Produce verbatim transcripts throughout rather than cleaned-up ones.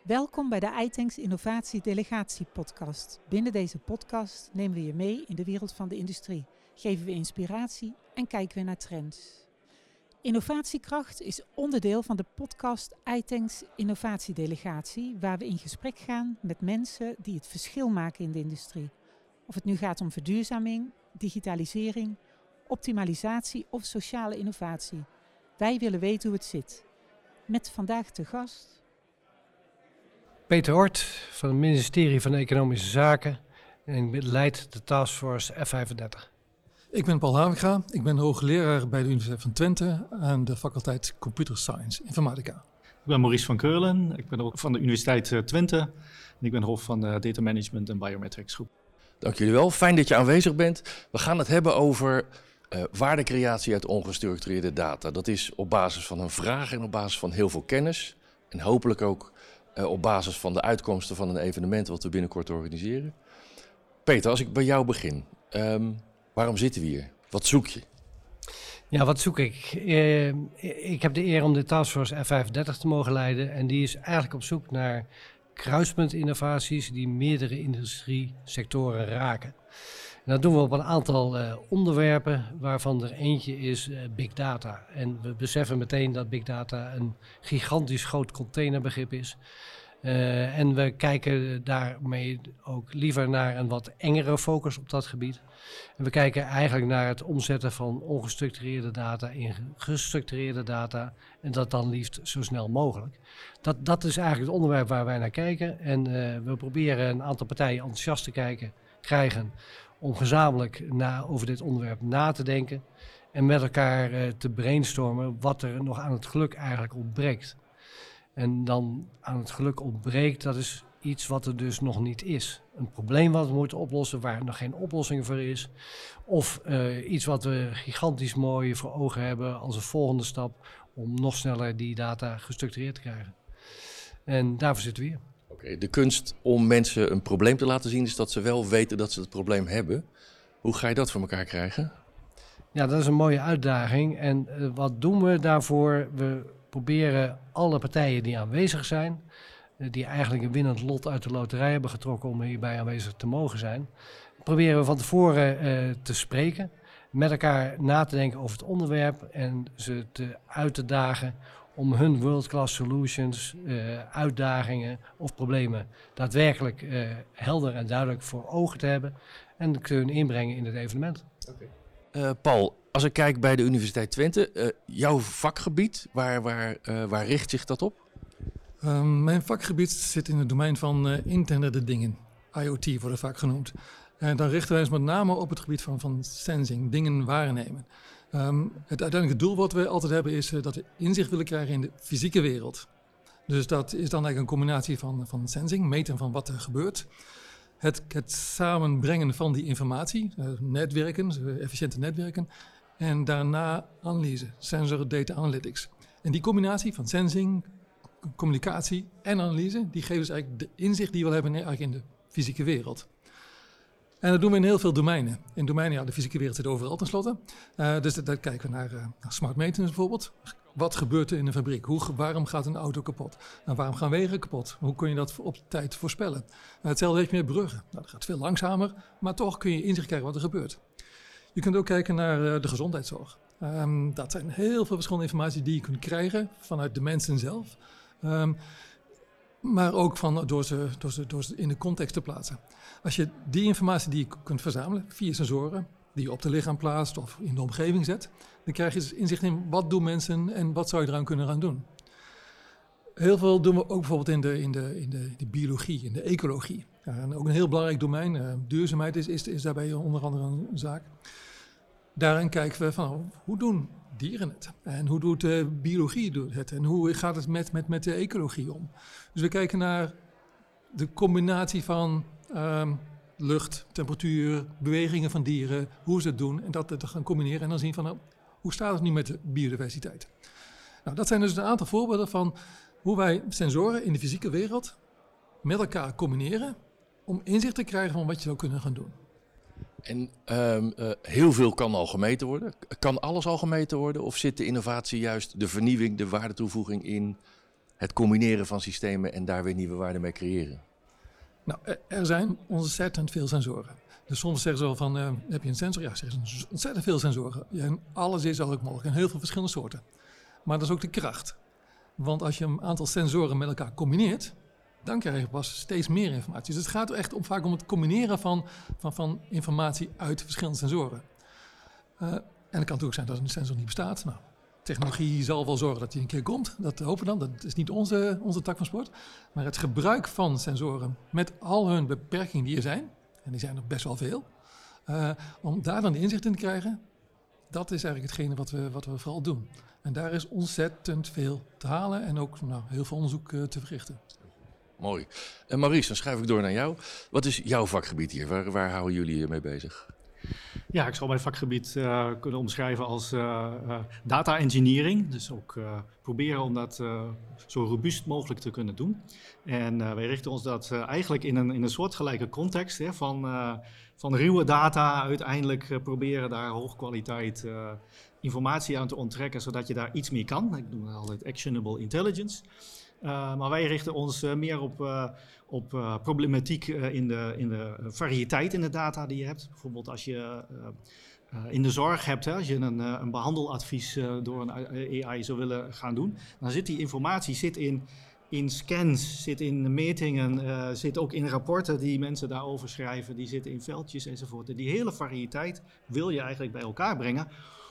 Welkom bij de iTanks Innovatie Delegatie podcast. Binnen deze podcast nemen we je mee in de wereld van de industrie, geven we inspiratie en kijken we naar trends. Innovatiekracht is onderdeel van de podcast iTanks Innovatie Delegatie, waar we in gesprek gaan met mensen die het verschil maken in de industrie. Of het nu gaat om verduurzaming, digitalisering, optimalisatie of sociale innovatie. Wij willen weten hoe het zit. Met vandaag te gast Peter Hort van het ministerie van Economische Zaken en ik leid de taskforce F vijfendertig. Ik ben Paul Haviga, ik ben hoogleraar bij de Universiteit van Twente aan de faculteit Computer Science Informatica. Ik ben Maurice van Keurlen, ik ben ook van de Universiteit Twente en ik ben hoofd van de Data Management en Biometrics groep. Dank jullie wel, fijn dat je aanwezig bent. We gaan het hebben over uh, waardecreatie uit ongestructureerde data. Dat is op basis van een vraag en op basis van heel veel kennis en hopelijk ook Uh, op basis van de uitkomsten van een evenement wat we binnenkort organiseren. Peter, als ik bij jou begin. Um, waarom zitten we hier? Wat zoek je? Ja, wat zoek ik? Uh, ik heb de eer om de taskforce F vijfendertig te mogen leiden. En die is eigenlijk op zoek naar kruispuntinnovaties die meerdere industriesectoren raken. En dat doen we op een aantal uh, onderwerpen, waarvan er eentje is uh, big data. En we beseffen meteen dat big data een gigantisch groot containerbegrip is. Uh, en we kijken daarmee ook liever naar een wat engere focus op dat gebied. En we kijken eigenlijk naar het omzetten van ongestructureerde data in gestructureerde data. En dat dan liefst zo snel mogelijk. Dat, dat is eigenlijk het onderwerp waar wij naar kijken. En uh, we proberen een aantal partijen enthousiast te kijken, krijgen om gezamenlijk na, over dit onderwerp na te denken en met elkaar uh, te brainstormen wat er nog aan het geluk eigenlijk ontbreekt. En dan aan het geluk ontbreekt, dat is iets wat er dus nog niet is. Een probleem wat we moeten oplossen waar nog geen oplossing voor is. Of uh, iets wat we gigantisch mooi voor ogen hebben als een volgende stap om nog sneller die data gestructureerd te krijgen. En daarvoor zitten we hier. Okay, de kunst om mensen een probleem te laten zien is dat ze wel weten dat ze het probleem hebben. Hoe ga je dat voor elkaar krijgen? Ja, dat is een mooie uitdaging. En uh, wat doen we daarvoor? We proberen alle partijen die aanwezig zijn, uh, die eigenlijk een winnend lot uit de loterij hebben getrokken om hierbij aanwezig te mogen zijn, proberen we van tevoren uh, te spreken, met elkaar na te denken over het onderwerp en ze te uit te dagen om hun world-class solutions, uh, uitdagingen of problemen daadwerkelijk uh, helder en duidelijk voor ogen te hebben en te kunnen inbrengen in het evenement. Okay. Uh, Paul, als ik kijk bij de Universiteit Twente, uh, jouw vakgebied, waar, waar, uh, waar richt zich dat op? Uh, mijn vakgebied zit in het domein van uh, internet der dingen. I O T wordt vaak genoemd. En dan richten wij ons met name op het gebied van, van sensing, dingen waarnemen. Um, het uiteindelijke doel wat we altijd hebben is uh, dat we inzicht willen krijgen in de fysieke wereld. Dus dat is dan eigenlijk een combinatie van, van sensing, meten van wat er gebeurt. Het, het samenbrengen van die informatie, uh, netwerken, uh, efficiënte netwerken. En daarna analyse, sensor data analytics. En die combinatie van sensing, communicatie en analyse, die geeft dus eigenlijk de inzicht die we hebben eigenlijk in de fysieke wereld. En dat doen we in heel veel domeinen. In domeinen, ja, de fysieke wereld zit overal tenslotte. Uh, dus daar kijken we naar, uh, naar smart maintenance bijvoorbeeld. Wat gebeurt er in een fabriek? Hoe, waarom gaat een auto kapot? Nou, waarom gaan wegen kapot? Hoe kun je dat op tijd voorspellen? Nou, hetzelfde heeft met bruggen. Nou, dat gaat veel langzamer, maar toch kun je inzicht krijgen wat er gebeurt. Je kunt ook kijken naar uh, de gezondheidszorg. Um, dat zijn heel veel verschillende informatie die je kunt krijgen vanuit de mensen zelf. Um, maar ook van, door, ze, door, ze, door ze in de context te plaatsen. Als je die informatie die je kunt verzamelen via sensoren, die je op de lichaam plaatst of in de omgeving zet, dan krijg je dus inzicht in wat doen mensen en wat zou je eraan kunnen gaan doen. Heel veel doen we ook bijvoorbeeld in de, in de, in de, de biologie, in de ecologie. Ja, en ook een heel belangrijk domein, uh, duurzaamheid is, is, is daarbij onder andere een zaak. Daarin kijken we van hoe doen dieren het en hoe doet de biologie het en hoe gaat het met, met, met de ecologie om. Dus we kijken naar de combinatie van um, lucht, temperatuur, bewegingen van dieren, hoe ze het doen en dat te gaan combineren en dan zien van nou, hoe staat het nu met de biodiversiteit. Nou, dat zijn dus een aantal voorbeelden van hoe wij sensoren in de fysieke wereld met elkaar combineren om inzicht te krijgen van wat je zou kunnen gaan doen. En um, uh, heel veel kan al gemeten worden. Kan alles al gemeten worden? Of zit de innovatie juist de vernieuwing, de waardetoevoeging in het combineren van systemen en daar weer nieuwe waarden mee creëren? Nou, er zijn ontzettend veel sensoren. Dus soms zeggen ze wel van, uh, heb je een sensor? Ja, zeggen ze ontzettend veel sensoren. Ja, en alles is ook mogelijk en heel veel verschillende soorten. Maar dat is ook de kracht. Want als je een aantal sensoren met elkaar combineert, dan krijg je pas steeds meer informatie. Dus het gaat echt om, vaak om het combineren van, van, van informatie uit verschillende sensoren. Uh, en het kan natuurlijk ook zijn dat een sensor niet bestaat. Nou, technologie zal wel zorgen dat die een keer komt. Dat hopen we dan. Dat is niet onze, onze tak van sport. Maar het gebruik van sensoren met al hun beperkingen die er zijn, en die zijn er best wel veel, uh, om daar dan de inzicht in te krijgen, dat is eigenlijk hetgene wat we, wat we vooral doen. En daar is ontzettend veel te halen en ook nou, heel veel onderzoek uh, te verrichten. Mooi. En Maurice, dan schuif ik door naar jou. Wat is jouw vakgebied hier? Waar, waar houden jullie mee bezig? Ja, ik zal mijn vakgebied uh, kunnen omschrijven als uh, uh, data engineering. Dus ook uh, proberen om dat uh, zo robuust mogelijk te kunnen doen. En uh, wij richten ons dat uh, eigenlijk in een, in een soortgelijke context, hè, van, uh, van ruwe data uiteindelijk uh, proberen daar hoogkwaliteit uh, informatie aan te onttrekken, zodat je daar iets mee kan. Ik noem dat altijd actionable intelligence. Uh, maar wij richten ons uh, meer op, uh, op uh, problematiek uh, in, de, in de variëteit in de data die je hebt. Bijvoorbeeld als je uh, uh, in de zorg hebt, hè, als je een, uh, een behandeladvies uh, door een A I zou willen gaan doen, dan zit die informatie zit in, in scans, zit in metingen, uh, zit ook in rapporten die mensen daarover schrijven, die zitten in veldjes enzovoort. En die hele variëteit wil je eigenlijk bij elkaar brengen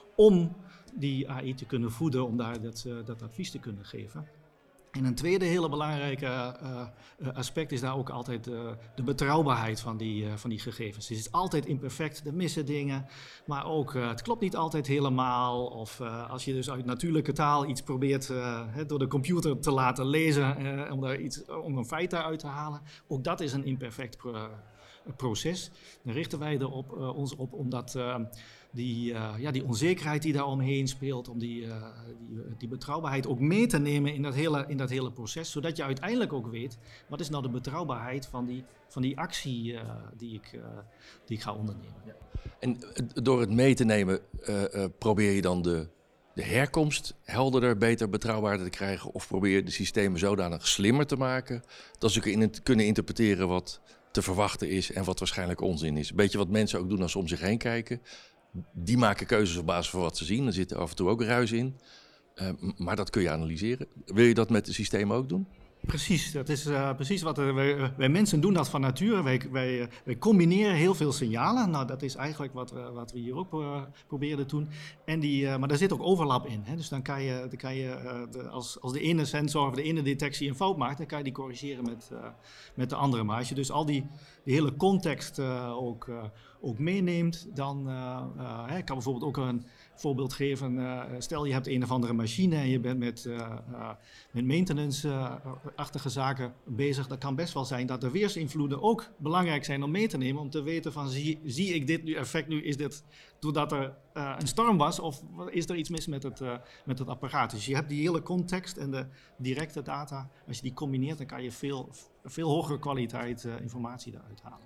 om die A I te kunnen voeden, om daar dat, uh, dat advies te kunnen geven. En een tweede hele belangrijke uh, aspect is daar ook altijd uh, de betrouwbaarheid van die, uh, van die gegevens. Het is altijd imperfect, er missen dingen, maar ook uh, het klopt niet altijd helemaal. Of uh, als je dus uit natuurlijke taal iets probeert uh, he, door de computer te laten lezen uh, om, daar iets, om een feit daaruit te halen, ook dat is een imperfect pro- proces. Dan richten wij er op, uh, ons op om dat... Uh, Die, uh, ja, die onzekerheid die daar omheen speelt, om die, uh, die, die betrouwbaarheid ook mee te nemen in dat, hele, in dat hele proces, zodat je uiteindelijk ook weet, wat is nou de betrouwbaarheid van die, van die actie uh, die, ik, uh, die ik ga ondernemen. Ja. En door het mee te nemen, uh, uh, probeer je dan de, de herkomst helderder, beter, betrouwbaarder te krijgen, of probeer je de systemen zodanig slimmer te maken, dat ze in het kunnen interpreteren wat te verwachten is en wat waarschijnlijk onzin is. Een beetje wat mensen ook doen als ze om zich heen kijken. Die maken keuzes op basis van wat ze zien. Er zit af en toe ook ruis in. Uh, maar dat kun je analyseren. Wil je dat met de systemen ook doen? Precies, dat is uh, precies wat er, wij, wij mensen doen dat van nature. Wij, wij, wij combineren heel veel signalen. Nou, dat is eigenlijk wat, uh, wat we hier ook uh, proberen te doen. En die, uh, maar daar zit ook overlap in. Hè? Dus dan kan je, dan kan je uh, de, als, als de ene sensor of de ene detectie een fout maakt, dan kan je die corrigeren met, uh, met de andere. Maar als je dus al die, die hele context uh, ook, uh, ook meeneemt, dan uh, uh, hè, ik kan bijvoorbeeld ook een voorbeeld geven. Uh, stel je hebt een of andere machine en je bent met, uh, uh, met maintenance-achtige uh, zaken bezig. Dat kan best wel zijn dat de weersinvloeden ook belangrijk zijn om mee te nemen. Om te weten van zie, zie ik dit nu effect nu? Is dit doordat er uh, een storm was of is er iets mis met het, uh, met het apparaat? Dus je hebt die hele context en de directe data. Als je die combineert dan kan je veel, veel hogere kwaliteit uh, informatie eruit halen.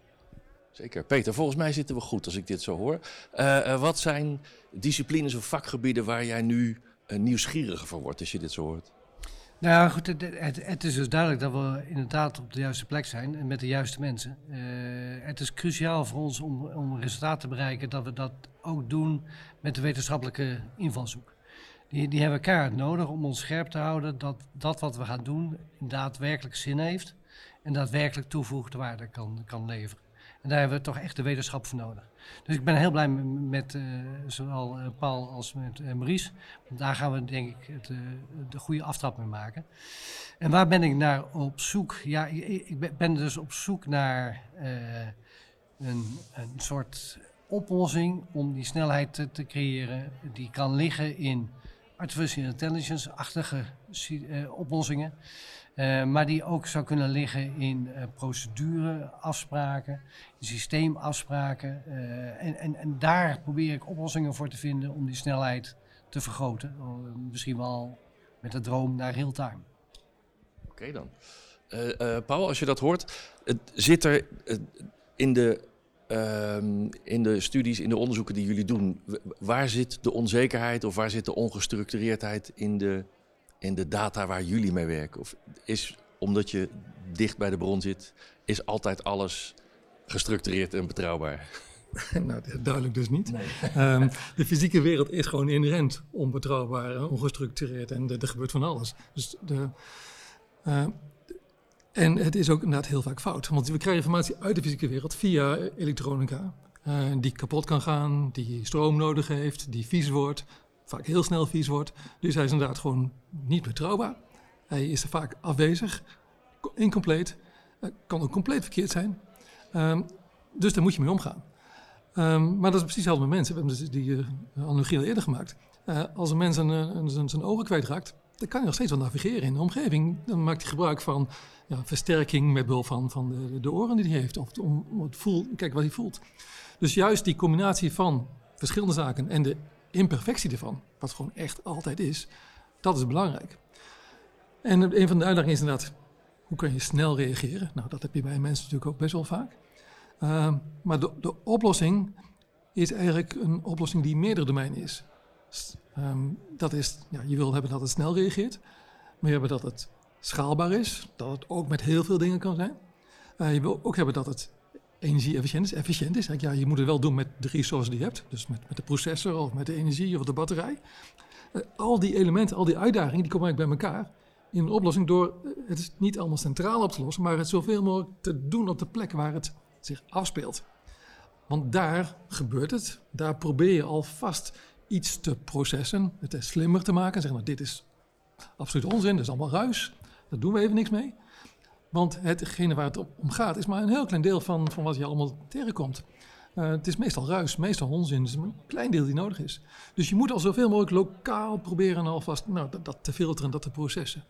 Zeker. Peter, volgens mij zitten we goed als ik dit zo hoor. Uh, uh, wat zijn disciplines of vakgebieden waar jij nu uh, nieuwsgieriger van wordt als je dit zo hoort? Nou goed, het, het, het is dus duidelijk dat we inderdaad op de juiste plek zijn en met de juiste mensen. Uh, het is cruciaal voor ons om, om resultaat te bereiken dat we dat ook doen met de wetenschappelijke invalshoek. Die, die hebben elkaar nodig om ons scherp te houden dat dat wat we gaan doen daadwerkelijk zin heeft en daadwerkelijk toegevoegde waarde kan, kan leveren. En daar hebben we toch echt de wetenschap voor nodig. Dus ik ben heel blij met, met uh, zowel uh, Paul als met uh, Maurice. Daar gaan we denk ik het, uh, de goede aftrap mee maken. En waar ben ik naar op zoek? Ja, ik, ik ben dus op zoek naar uh, een, een soort oplossing om die snelheid te, te creëren. Die kan liggen in artificial intelligence-achtige uh, oplossingen. Uh, maar die ook zou kunnen liggen in uh, procedure, afspraken, systeemafspraken. Uh, en, en, en daar probeer ik oplossingen voor te vinden om die snelheid te vergroten. Uh, misschien wel met de droom naar real-time. Oké okay dan. Uh, uh, Paul, als je dat hoort, uh, zit er uh, in, de, uh, in de studies, in de onderzoeken die jullie doen, waar zit de onzekerheid of waar zit de ongestructureerdheid in de in de data waar jullie mee werken? Of is, omdat je dicht bij de bron zit, is altijd alles gestructureerd en betrouwbaar? Nou, duidelijk dus niet. Nee. Um, de fysieke wereld is gewoon inherent onbetrouwbaar, ongestructureerd en er gebeurt van alles. Dus de, uh, en het is ook inderdaad heel vaak fout. Want we krijgen informatie uit de fysieke wereld via elektronica. Uh, die kapot kan gaan, die stroom nodig heeft, die vies wordt. Vaak heel snel vies wordt. Dus hij is inderdaad gewoon niet betrouwbaar. Hij is vaak afwezig, incompleet. Uh, kan ook compleet verkeerd zijn. Um, dus daar moet je mee omgaan. Um, maar dat is precies hetzelfde met mensen. We hebben dus die uh, analogie al eerder gemaakt. Uh, als een mens een, een, een, zijn ogen kwijtraakt, dan kan hij nog steeds wel navigeren in de omgeving. Dan maakt hij gebruik van ja, versterking met behulp van, van de, de oren die hij heeft. Of om, om het voel, kijken wat hij voelt. Dus juist die combinatie van verschillende zaken en de imperfectie ervan, wat gewoon echt altijd is, dat is belangrijk. En een van de uitdagingen is inderdaad, hoe kan je snel reageren? Nou, dat heb je bij mensen natuurlijk ook best wel vaak. Uh, maar de, de oplossing is eigenlijk een oplossing die meerdere domeinen is. Um, dat is, ja, je wil hebben dat het snel reageert, maar je wil dat het schaalbaar is, dat het ook met heel veel dingen kan zijn. Uh, je wil ook hebben dat het energie-efficiënt is, efficiënt is. Ja, je moet het wel doen met de resources die je hebt, dus met, met de processor of met de energie of de batterij. Uh, al die elementen, al die uitdagingen, die komen eigenlijk bij elkaar in een oplossing door het is niet allemaal centraal op te lossen, maar het zoveel mogelijk te doen op de plek waar het zich afspeelt. Want daar gebeurt het. Daar probeer je alvast iets te processen, het slimmer te maken. En zeggen, nou, dit is absoluut onzin, dat is allemaal ruis. Daar doen we even niks mee. Want hetgene waar het om gaat is maar een heel klein deel van, van wat je allemaal tegenkomt. Uh, het is meestal ruis, meestal onzin. Het is maar een klein deel die nodig is. Dus je moet al zoveel mogelijk lokaal proberen alvast nou, dat, dat te filteren, dat te processen.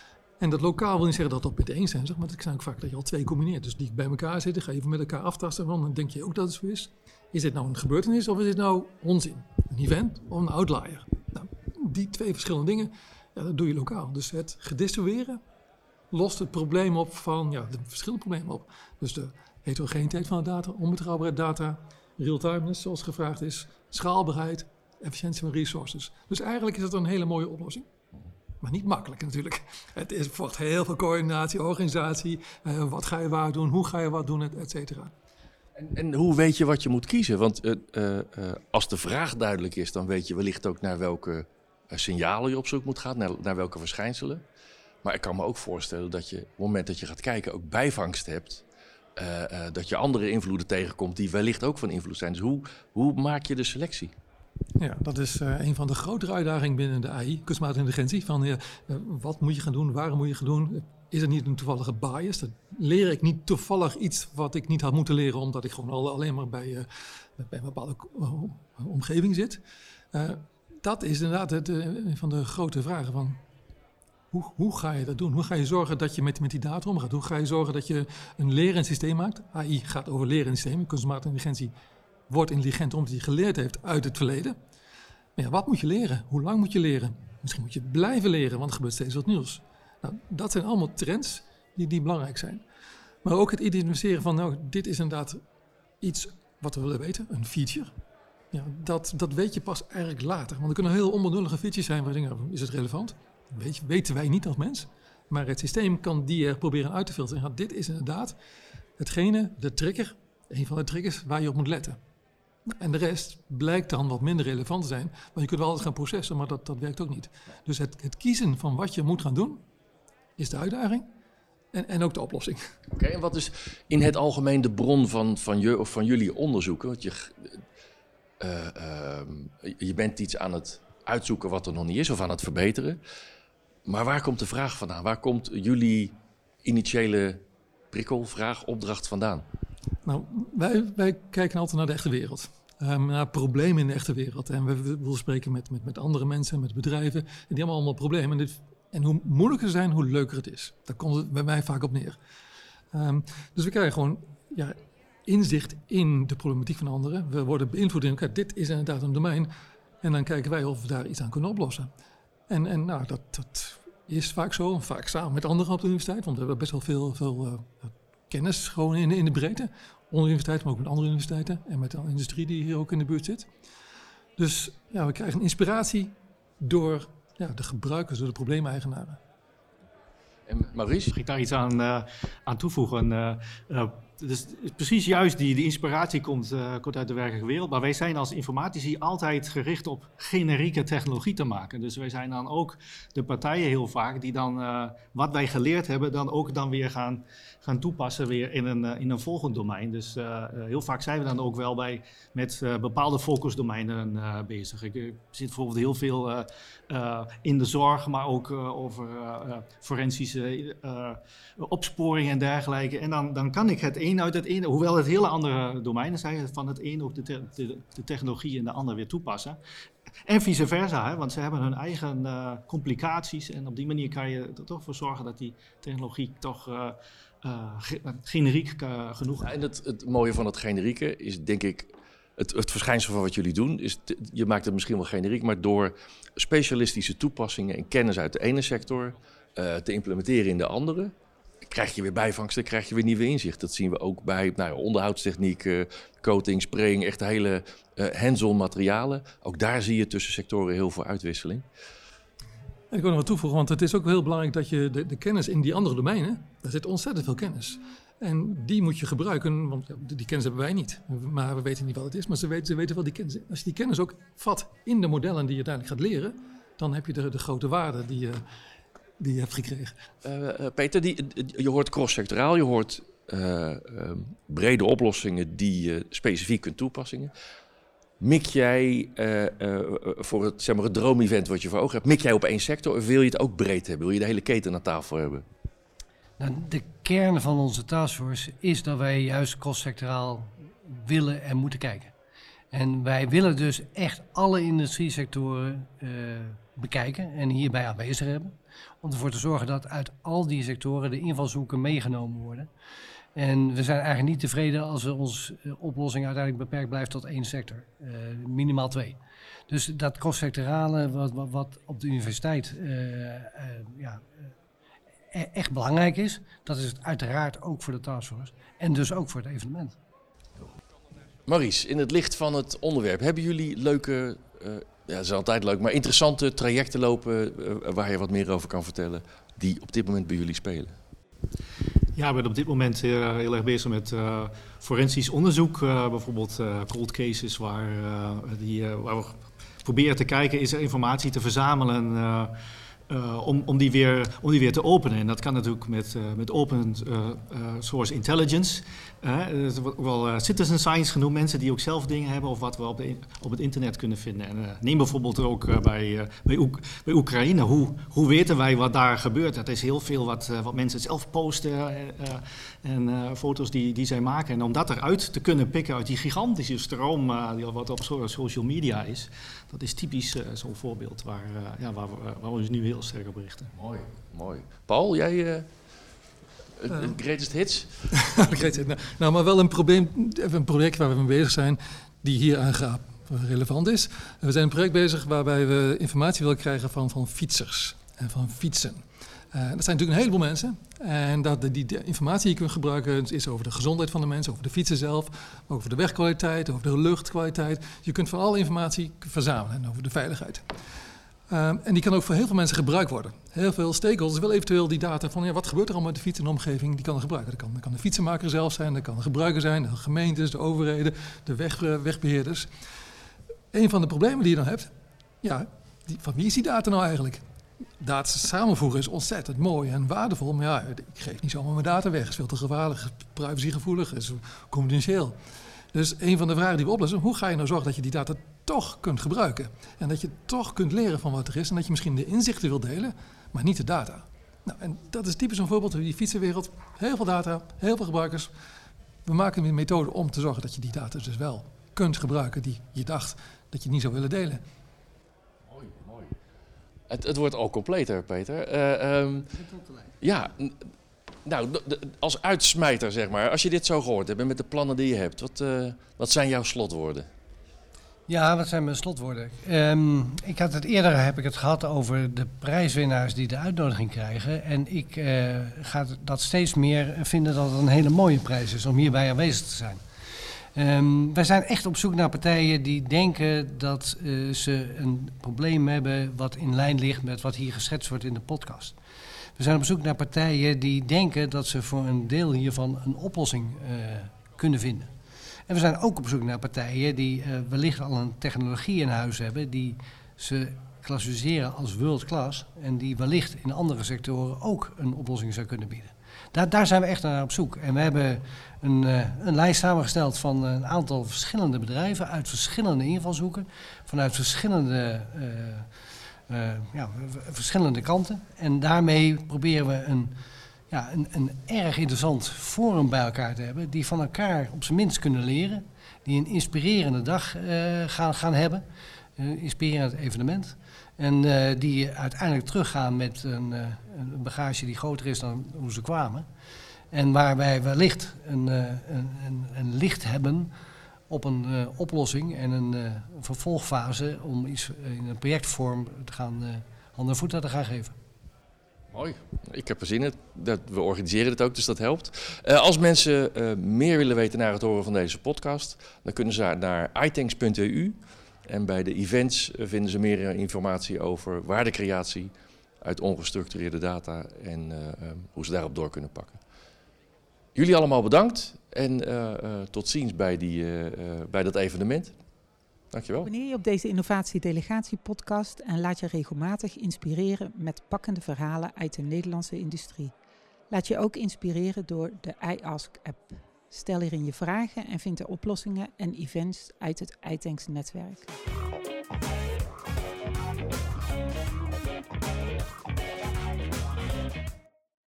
En dat lokaal wil niet zeggen dat dat meteen zijn, zeg, maar het is ook vaak dat je al twee combineert. Dus die bij elkaar zitten, ga je even met elkaar aftasten. Dan denk je ook dat het zo is. Is dit nou een gebeurtenis of is dit nou onzin? Een event of een outlier? Nou, die twee verschillende dingen, ja, dat doe je lokaal. Dus het gedistribueren lost het probleem op van, ja, de verschillende problemen op. Dus de heterogeniteit van de data, onbetrouwbare data, real-timeness zoals gevraagd is, schaalbaarheid, efficiëntie van resources. Dus eigenlijk is dat een hele mooie oplossing. Maar niet makkelijk natuurlijk. Het is voor heel veel coördinatie, organisatie. Uh, wat ga je waar doen? Hoe ga je wat doen? Et cetera. En, en hoe weet je wat je moet kiezen? Want uh, uh, uh, als de vraag duidelijk is, dan weet je wellicht ook naar welke uh, signalen je op zoek moet gaan. Naar, naar welke verschijnselen. Maar ik kan me ook voorstellen dat je op het moment dat je gaat kijken ook bijvangst hebt. Uh, uh, dat je andere invloeden tegenkomt die wellicht ook van invloed zijn. Dus hoe, hoe maak je de selectie? Ja, dat is uh, een van de grotere uitdagingen binnen de A I, kunstmatige intelligentie. Van uh, uh, wat moet je gaan doen, waarom moet je gaan doen? Is er niet een toevallige bias? Dan leer ik niet toevallig iets wat ik niet had moeten leren, omdat ik gewoon al, alleen maar bij, uh, bij een bepaalde uh, omgeving zit. Uh, dat is inderdaad het, uh, een van de grote vragen van hoe, hoe ga je dat doen? Hoe ga je zorgen dat je met, met die data omgaat? Hoe ga je zorgen dat je een lerend systeem maakt? A I gaat over lerend systemen, kunstmatige intelligentie wordt intelligent omdat hij geleerd heeft uit het verleden. Maar ja, wat moet je leren? Hoe lang moet je leren? Misschien moet je blijven leren, want er gebeurt steeds wat nieuws. Nou, dat zijn allemaal trends die, die belangrijk zijn. Maar ook het identificeren van, nou, dit is inderdaad iets wat we willen weten, een feature. Ja, dat, dat weet je pas eigenlijk later. Want er kunnen heel onbenullige features zijn waar je denkt, nou, is het relevant? Weet je, weten wij niet als mens. Maar het systeem kan die er proberen uit te filteren. Ja, dit is inderdaad hetgene, de trigger, een van de triggers waar je op moet letten. En de rest blijkt dan wat minder relevant te zijn. Want je kunt wel altijd gaan processen, maar dat, dat werkt ook niet. Dus het, het kiezen van wat je moet gaan doen, is de uitdaging. En, en ook de oplossing. Oké, okay, en wat is in het algemeen de bron van, van, je, of van jullie onderzoeken? Want je, uh, uh, je bent iets aan het uitzoeken wat er nog niet is of aan het verbeteren. Maar waar komt de vraag vandaan? Waar komt jullie initiële prikkel, vraag, opdracht vandaan? Nou, wij, wij kijken altijd naar de echte wereld. Um, naar problemen in de echte wereld. En we, we willen spreken met, met, met andere mensen, met bedrijven. En die hebben allemaal problemen. En, dit, en hoe moeilijker ze zijn, hoe leuker het is. Daar komt het bij mij vaak op neer. Um, dus we krijgen gewoon ja, inzicht in de problematiek van anderen. We worden beïnvloed in elkaar. Dit is inderdaad een domein. En dan kijken wij of we daar iets aan kunnen oplossen. En, en nou, dat, dat is vaak zo. Vaak samen met anderen op de universiteit. Want we hebben best wel veel... veel uh, kennis gewoon in, in de breedte. Onder de universiteit, maar ook met andere universiteiten. En met de industrie die hier ook in de buurt zit. Dus ja, we krijgen inspiratie door ja, de gebruikers, door de probleemeigenaren. En Maurice? Mag ik daar iets aan, uh, aan toevoegen? Uh, uh, dus precies juist die, die inspiratie komt, uh, komt uit de werkelijke wereld. Maar wij zijn als informatici altijd gericht op generieke technologie te maken. Dus wij zijn dan ook de partijen heel vaak die dan uh, wat wij geleerd hebben, dan ook dan weer gaan, gaan toepassen weer in een, uh, in een volgend domein. Dus uh, uh, heel vaak zijn we dan ook wel bij met uh, bepaalde focusdomeinen uh, bezig. Ik uh, zit bijvoorbeeld heel veel uh, uh, in de zorg, maar ook uh, over uh, uh, forensische uh, opsporing en dergelijke. En dan, dan kan ik het een uit het ene, hoewel het hele andere domeinen zijn, van het een ook de, te, de, de technologie en de ander weer toepassen. En vice versa, hè, want ze hebben hun eigen uh, complicaties en op die manier kan je er toch voor zorgen dat die technologie toch uh, uh, ge- generiek uh, genoeg is. Ja, en het, het mooie van het generieke is denk ik, het, het verschijnsel van wat jullie doen, is te, je maakt het misschien wel generiek, maar door specialistische toepassingen en kennis uit de ene sector uh, te implementeren in de andere, krijg je weer bijvangsten, krijg je weer nieuwe inzicht. Dat zien we ook bij nou, onderhoudstechniek, uh, coating, spraying, echt hele uh, hands-on materialen. Ook daar zie je tussen sectoren heel veel uitwisseling. En ik wil nog wat toevoegen, want het is ook heel belangrijk dat je de, de kennis in die andere domeinen, daar zit ontzettend veel kennis. En die moet je gebruiken, want ja, die kennis hebben wij niet. Maar we weten niet wat het is, maar ze weten, ze weten wel die kennis. Als je die kennis ook vat in de modellen die je uiteindelijk gaat leren, dan heb je de, de grote waarde die je, die je hebt gekregen. Uh, uh, Peter, die, je hoort cross-sectoraal, je hoort uh, uh, brede oplossingen die je specifiek kunt toepassingen. Mik jij uh, uh, voor het, zeg maar, het droomevent wat je voor ogen hebt, mik jij op één sector of wil je het ook breed hebben? Wil je de hele keten aan tafel hebben? Nou, de kern van onze taskforce is dat wij juist cross-sectoraal willen en moeten kijken. En wij willen dus echt alle industriesectoren uh, bekijken en hierbij aanwezig hebben. Om ervoor te zorgen dat uit al die sectoren de invalshoeken meegenomen worden. En we zijn eigenlijk niet tevreden als we onze uh, oplossing uiteindelijk beperkt blijft tot één sector. Uh, minimaal twee. Dus dat cross-sectorale wat, wat, wat op de universiteit uh, uh, ja, uh, echt belangrijk is, dat is het uiteraard ook voor de taskforce en dus ook voor het evenement. Maurice, in het licht van het onderwerp, hebben jullie leuke, uh, ja, dat is altijd leuk, maar interessante trajecten lopen uh, waar je wat meer over kan vertellen, die op dit moment bij jullie spelen? Ja, we zijn op dit moment uh, heel erg bezig met uh, forensisch onderzoek. Uh, bijvoorbeeld uh, cold cases waar, uh, die, uh, waar we proberen te kijken, is er informatie te verzamelen uh, uh, om, om, die weer, om die weer te openen. En dat kan natuurlijk met, uh, met open uh, uh, source intelligence. Uh, dat wordt ook wel uh, citizen science genoemd, mensen die ook zelf dingen hebben of wat we op, de, op het internet kunnen vinden. En, uh, neem bijvoorbeeld ook uh, bij, uh, bij, Oek- bij Oekraïne. Hoe, hoe weten wij wat daar gebeurt? Dat is heel veel wat, uh, wat mensen zelf posten uh, en uh, foto's die, die zij maken. En om dat eruit te kunnen pikken uit die gigantische stroom uh, die wat op social media is, dat is typisch uh, zo'n voorbeeld waar, uh, ja, waar, we, uh, waar we ons nu heel sterk op richten. Mooi, mooi. Paul, jij... Uh... De greatest hits? nou, nou, maar wel een probleem, even een project waar we mee bezig zijn, die hier aan relevant is. We zijn een project bezig waarbij we informatie willen krijgen van, van fietsers en van fietsen. Uh, dat zijn natuurlijk een heleboel mensen. En dat de, die de informatie die je kunt gebruiken is over de gezondheid van de mensen, over de fietsen zelf, maar over de wegkwaliteit, over de luchtkwaliteit. Je kunt van alle informatie verzamelen en over de veiligheid. Um, en die kan ook voor heel veel mensen gebruikt worden. Heel veel stakeholders willen eventueel die data van ja, wat gebeurt er allemaal met de fiets in de omgeving, die kan er gebruiken. Dat kan, dat kan de fietsenmaker zelf zijn, dat kan de gebruiker zijn, de gemeentes, de overheden, de weg, uh, wegbeheerders. Een van de problemen die je dan hebt, ja, die, van wie is die data nou eigenlijk? Data samenvoegen is ontzettend mooi en waardevol, maar ja, ik geef niet zomaar mijn data weg. Het is veel te gevaarlijk, privacygevoelig, het is confidentieel. Dus een van de vragen die we oplossen, hoe ga je nou zorgen dat je die data toch kunt gebruiken? En dat je toch kunt leren van wat er is en dat je misschien de inzichten wil delen, maar niet de data. Nou, en dat is typisch een voorbeeld van die fietsenwereld. Heel veel data, heel veel gebruikers. We maken een methode om te zorgen dat je die data dus wel kunt gebruiken die je dacht dat je niet zou willen delen. Mooi, mooi. Het, het wordt al completer, Peter. Uh, um, ja, nou, de, als uitsmijter, zeg maar, als je dit zo gehoord hebt en met de plannen die je hebt, wat, uh, wat zijn jouw slotwoorden? Ja, wat zijn mijn slotwoorden? Um, ik had het eerder heb ik het gehad over de prijswinnaars die de uitnodiging krijgen. En ik uh, ga dat steeds meer vinden dat het een hele mooie prijs is om hierbij aanwezig te zijn. Um, wij zijn echt op zoek naar partijen die denken dat uh, ze een probleem hebben wat in lijn ligt met wat hier geschetst wordt in de podcast. We zijn op zoek naar partijen die denken dat ze voor een deel hiervan een oplossing uh, kunnen vinden. En we zijn ook op zoek naar partijen die uh, wellicht al een technologie in huis hebben die ze klassificeren als world class en die wellicht in andere sectoren ook een oplossing zou kunnen bieden. Daar, daar zijn we echt naar op zoek. En we hebben een, uh, een lijst samengesteld van een aantal verschillende bedrijven uit verschillende invalshoeken, vanuit verschillende, uh, uh, ja, v- verschillende kanten. En daarmee proberen we een, ja, een, een erg interessant forum bij elkaar te hebben, die van elkaar op zijn minst kunnen leren, die een inspirerende dag uh, gaan, gaan hebben, een inspirerend evenement. En uh, die uiteindelijk teruggaan met een, uh, een bagage die groter is dan hoe ze kwamen. En waar wij wellicht een, uh, een, een, een licht hebben op een uh, oplossing en een uh, vervolgfase om iets in een projectvorm te gaan, uh, handen en voeten te gaan geven. Mooi. Ik heb er zin in. Dat, we organiseren het ook, dus dat helpt. Uh, als mensen uh, meer willen weten naar het horen van deze podcast, dan kunnen ze naar itanks punt e u. En bij de events vinden ze meer informatie over waardecreatie uit ongestructureerde data en uh, uh, hoe ze daarop door kunnen pakken. Jullie allemaal bedankt en uh, uh, tot ziens bij, die, uh, uh, bij dat evenement. Dankjewel. Abonneer je op deze Innovatie-delegatie-podcast en laat je regelmatig inspireren met pakkende verhalen uit de Nederlandse industrie. Laat je ook inspireren door de iAsk-app. Stel hierin je vragen en vind de oplossingen en events uit het iTanks-netwerk.